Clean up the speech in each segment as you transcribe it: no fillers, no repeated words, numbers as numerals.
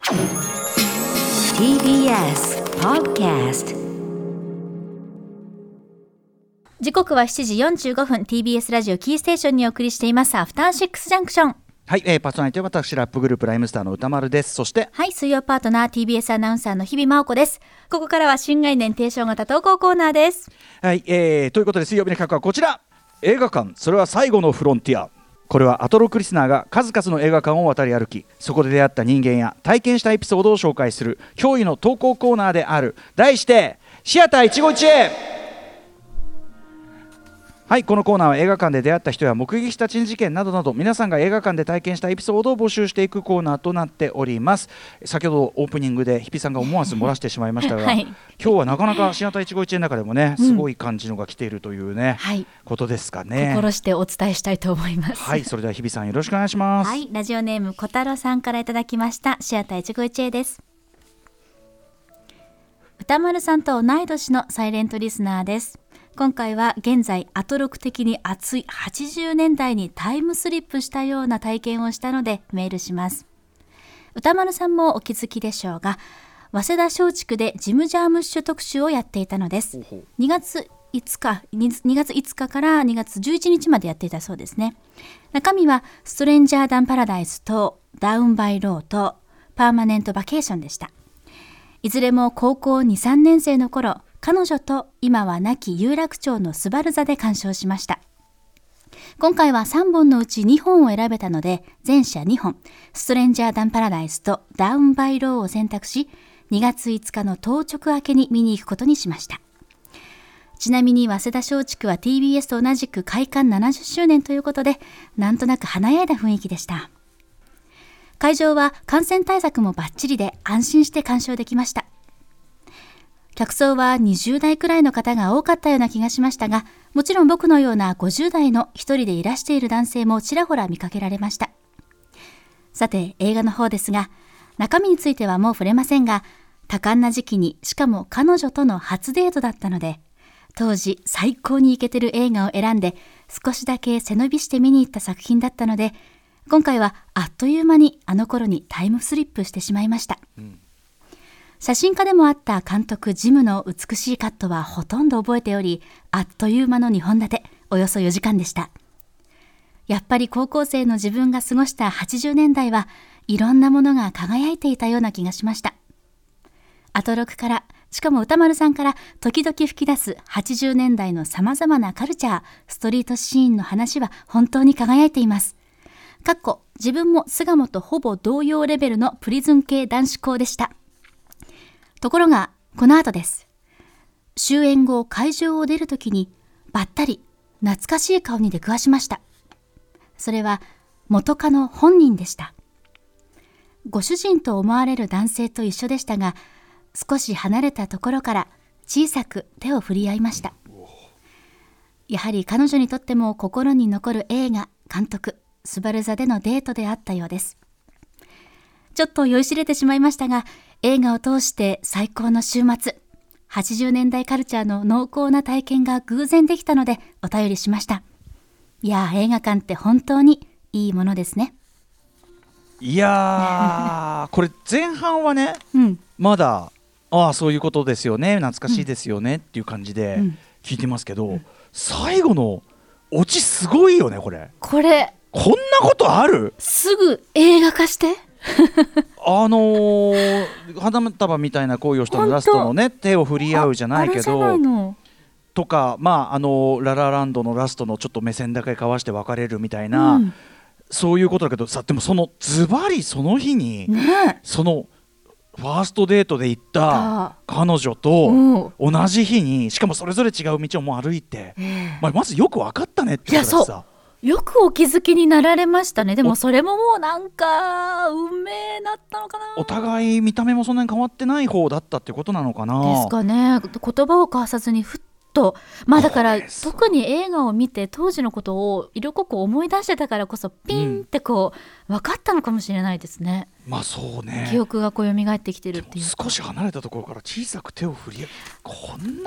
TBS Podcast。 時刻は7時45分 TBS ラジオキーステーションにお送りしていますアフターシックスジャンクション。 はい、パーソナリティは私ラップグループライムスターの歌丸です。そしてはい、水曜パートナー TBS アナウンサーの日々真央子です。ここからは新概念提唱型投稿コーナーです。 はい、ということで水曜日の企画はこちら。映画館、それは最後のフロンティア。これはアトロクリスナーが数々の映画館を渡り歩き、そこで出会った人間や体験したエピソードを紹介する驚異の投稿コーナーである。題してシアター一期一会。はい、このコーナーは映画館で出会った人や目撃した珍事件などなど皆さんが映画館で体験したエピソードを募集していくコーナーとなっております。先ほどオープニングで日比さんが思わず漏らしてしまいましたが、はい、今日はなかなかシアター一期一会の中でもね、すごい感じのが来ているというね、はい、ことですかね。 心してお伝えしたいと思います。 はい、それでは日比さんよろしくお願いします。 はい、ラジオネーム小太郎さんからいただきましたシアター一期一会です。歌丸さんと同い年のサイレントリスナーです。今回は現在アトロク的に熱い80年代にタイムスリップしたような体験をしたのでメールします。歌丸さんもお気づきでしょうが、早稲田松竹でジム・ジャームッシュ特集をやっていたのです。2月5日から2月11日までやっていたそうですね。中身はストレンジャー・ダン・パラダイスとダウン・バイ・ローとパーマネント・バケーションでした。いずれも高校 2,3 年生の頃、彼女と今は亡き有楽町のスバル座で鑑賞しました。今回は3本のうち2本を選べたので、前者2本、ストレンジャー・ダン・パラダイスとダウン・バイ・ローを選択し、2月5日の当直明けに見に行くことにしました。ちなみに早稲田松竹は TBS と同じく開館70周年ということで、なんとなく華やいだ雰囲気でした。会場は感染対策もバッチリで安心して鑑賞できました。客層は20代くらいの方が多かったような気がしましたが、もちろん僕のような50代の一人でいらしている男性もちらほら見かけられました。さて映画の方ですが、中身についてはもう触れませんが、多感な時期にしかも彼女との初デートだったので、当時最高にイケてる映画を選んで少しだけ背伸びして見に行った作品だったので、今回はあっという間にあの頃にタイムスリップしてしまいました。写真家でもあった監督ジムの美しいカットはほとんど覚えており、あっという間の2本立て、およそ4時間でした。やっぱり高校生の自分が過ごした80年代はいろんなものが輝いていたような気がしました。アトロクから、しかも歌丸さんから時々吹き出す80年代の様々なカルチャー、ストリートシーンの話は本当に輝いています。自分も巣鴨とほぼ同様レベルのプリズン系男子校でした。ところがこの後です。終演後会場を出るときにばったり懐かしい顔に出くわしました。それは元カノ本人でした。ご主人と思われる男性と一緒でしたが、少し離れたところから小さく手を振り合いました。やはり彼女にとっても心に残る映画、監督、スバル座でのデートであったようです。ちょっと酔いしれてしまいましたが、映画を通して最高の週末、80年代カルチャーの濃厚な体験が偶然できたのでお便りしました。いや映画館って本当にいいものですね。 いやこれ前半はね、まだそういうことですよね、懐かしいですよねっていう感じで聞いてますけど、最後のオチすごいよね。こんなことある？ すぐ映画化して花束みたいな恋をしたのラストのね、手を振り合うじゃないけどとか、ララランドのラストのちょっと目線だけ交わして別れるみたいな、そういうことだけどさ、でもそのズバリその日に、そのファーストデートで行った彼女と同じ日に、しかもそれぞれ違う道をもう歩いて、まずよく分かったねってことだしさ、 よくお気づきになられましたね。でもそれももうなんか運命だったのかな。 お互い見た目もそんなに変わってない方だったってことなのかな。 ですかね。言葉を交わさずにふっと、だから特に映画を見て当時のことを色濃く思い出してたからこそピンって分かったのかもしれないですね。 そうね。 記憶が蘇ってきてるっていう。 少し離れたところから小さく手を振り合う、こんな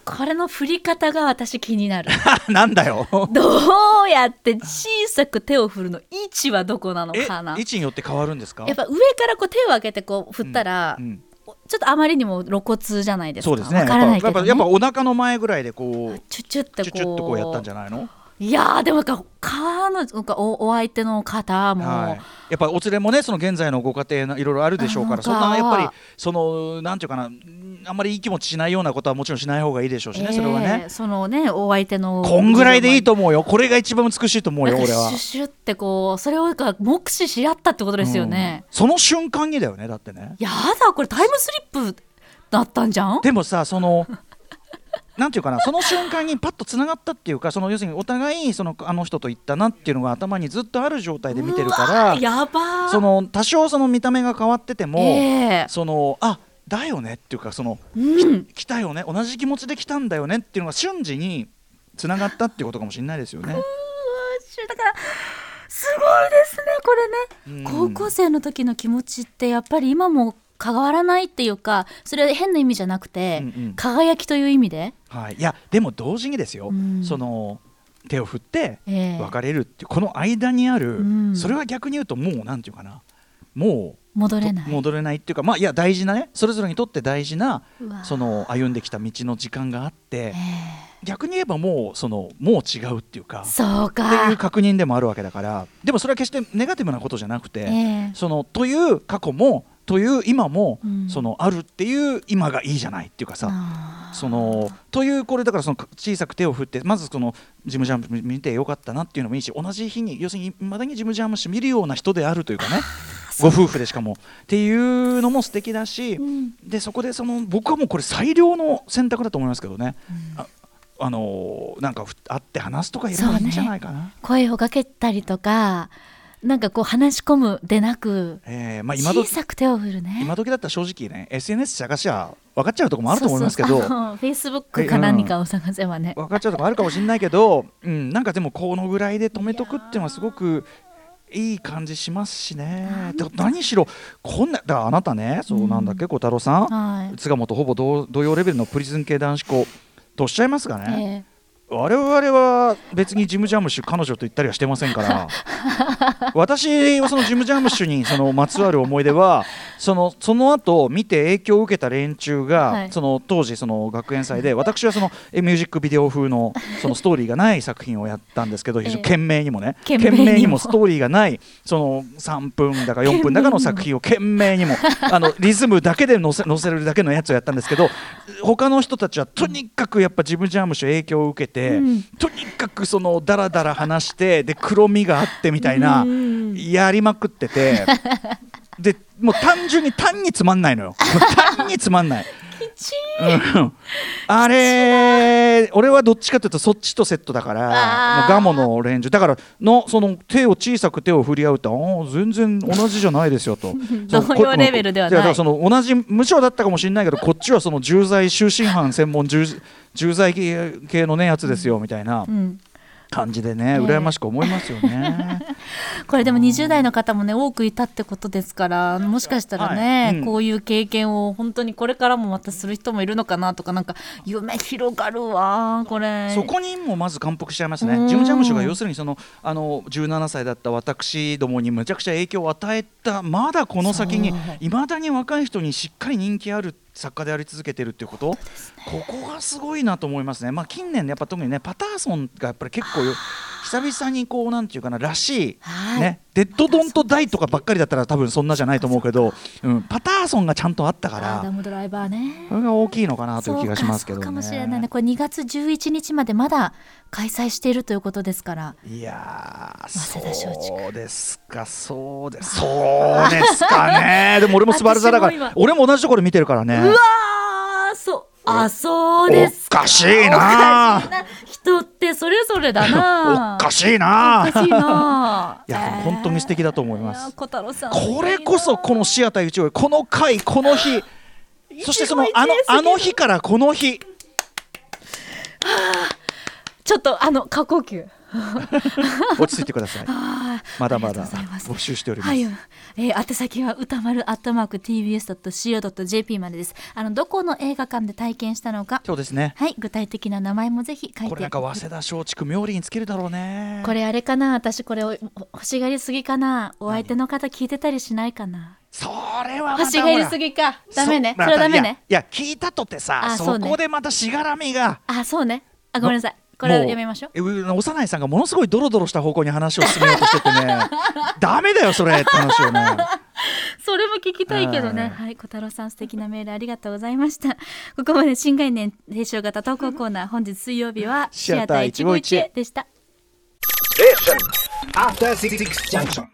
これの振り方が私気になるなんだよどうやって小さく手を振るの、位置はどこなのかな。 位置によって変わるんですか？ やっぱ上からこう手を上げてこう振ったら、ちょっとあまりにも露骨じゃないですか。 そうですね。 わからないけどね。 やっぱお腹の前ぐらいでこうチュチュってこうやったんじゃないの？ いやでもお相手の方も、 やっぱお連れもね、その現在のご家庭いろいろあるでしょうから、そんなやっぱりそのなんていうかな、あんまりいい気持ちしないようなことはもちろんしない方がいいでしょうしね、それはね。 そのね、お相手のこんぐらいでいいと思うよ。これが一番美しいと思うよ、俺は。 シュシュってこうそれを目視し合ったってことですよね。 その瞬間にだよね、だってね。 やだ、これタイムスリップだったんじゃん。 でもさ、そのなんていうかな、その瞬間にパッとつながったっていうか、その要するにお互いあの人と行ったなっていうのが頭にずっとある状態で見てるから、 やばその多少その見た目が変わってても、そのだよねっていうか、その、来たよね、同じ気持ちで来たんだよねっていうのが瞬時につながったっていうことかもしれないですよね。 だからすごいですね、これね。高校生の時の気持ちってやっぱり今も変わらないっていうか、それは変な意味じゃなくて、輝きという意味で、 いやでも同時にですよ、その手を振って別れるっていうこの間にある、それは逆に言うともうなんていうかな、もう戻れないっていうか、いや大事なね、それぞれにとって大事なその歩んできた道の時間があって、逆に言えばもう違うっていうか、 そうかっていう確認でもあるわけだから。でもそれは決してネガティブなことじゃなくて、そのという過去もという今も、そのあるっていう今がいいじゃないっていうかさ、そのというこれだから、その小さく手を振ってまずそのジムジャームッシュ見てよかったなっていうのもいいし、同じ日に要するに未だにジムジャームッシュ見るような人であるというかねご夫婦でしかもっていうのも素敵だし、でそこで僕はもうこれ最良の選択だと思いますけどね。なんか会って話すとか言えばいいんじゃないかな。 声をかけたりとか、なんかこう話し込むでなく、小さく手を振るね。 今時だったら正直ね SNS 探しゃ分かっちゃうところもあると思いますけど、 Facebook か何かを探せばね、 分かっちゃうところあるかもしれないけど、なんかでもこのぐらいで止めとくっていうのはすごくいい感じしますしね。何しろこんなだからあなたね、そうなんだっけ、小太郎さん、津賀本ほぼ同様レベルのプリズン系男子校とおっしゃいますがね、我々は別にジムジャームッシュ彼女と言ったりはしてませんから私はそのジムジャームッシュにそのまつわる思い出はその後見て影響を受けた連中が、その当時その学園祭で私はそのミュージックビデオ風のそのストーリーがない作品をやったんですけど、懸命にもね、懸命にもストーリーがないその3分だか4分だかの作品を懸命にもリズムだけで載せるだけのやつをやったんですけど、他の人たちはとにかくやっぱジムジャームッシュ影響を受けて、とにかくそのダラダラ話してで黒みがあってみたいなやりまくっててでもう単につまんないのよ。単につまんないあれ俺はどっちかというとそっちとセットだから、ガモのレンジだからその小さく手を振り合うと全然同じじゃないですよと同様レベルではない。 だからその同じ無償だったかもしれないけど、こっちはその重罪終身犯専門重罪系のねやつですよみたいな感じでね、羨ましく思いますよねこれでも20代の方もね多くいたってことですから、もしかしたらね、こういう経験を本当にこれからもまたする人もいるのかなとか、なんか夢広がるわこれ。 そこにもまず感服しちゃいますね。ジムジャームッシュが要するに17歳だった私どもにむちゃくちゃ影響を与えた、まだこの先にいまだに若い人にしっかり人気ある作家であり続けてるっていうこと、ここがすごいなと思いますね。近年やっぱ特にねパターソンがやっぱり結構久々にこうなんていうかならしい、ね、デッドドンとダイとかばっかりだったら多分そんなじゃないと思うけど、パターソンがちゃんとあったからアダムドライバーね、 これが大きいのかなという気がしますけどね。 そうかもしれないね。これ2月11日までまだ開催しているということですから。 いやそうですかそうですかねでも俺もスバル座だから俺も同じところ見てるからね。 うわそうですか。 おかしいな人ってそれぞれだなおかしいないや本当に素敵だと思います。 小太郎さんこれこそこのシアター一応この回この日そしてそのあの日からこの日ちょっと過呼吸落ち着いてください。まだまだ募集しております。 宛先は歌丸@tbs.co.jp までです。どこの映画館で体験したのか、 そうですね、 はい、具体的な名前もぜひ書いて。 これなんか早稲田松竹妙理につけるだろうね。 これあれかな、私これ欲しがりすぎかな。お相手の方聞いてたりしないかな。 それはまた欲しがりすぎか。ダメね、それはダメね。 いや聞いたとってさ、そこでまたしがらみが。 そうね、ごめんなさい、これやめましょう。 幼いさんがものすごいドロドロした方向に話を進めようとしててねダメだよそれって話をねそれも聞きたいけどね。はい、小太郎さん素敵なメールありがとうございました。ここまで新概念提唱型投稿コーナー、本日水曜日はシアター151でした。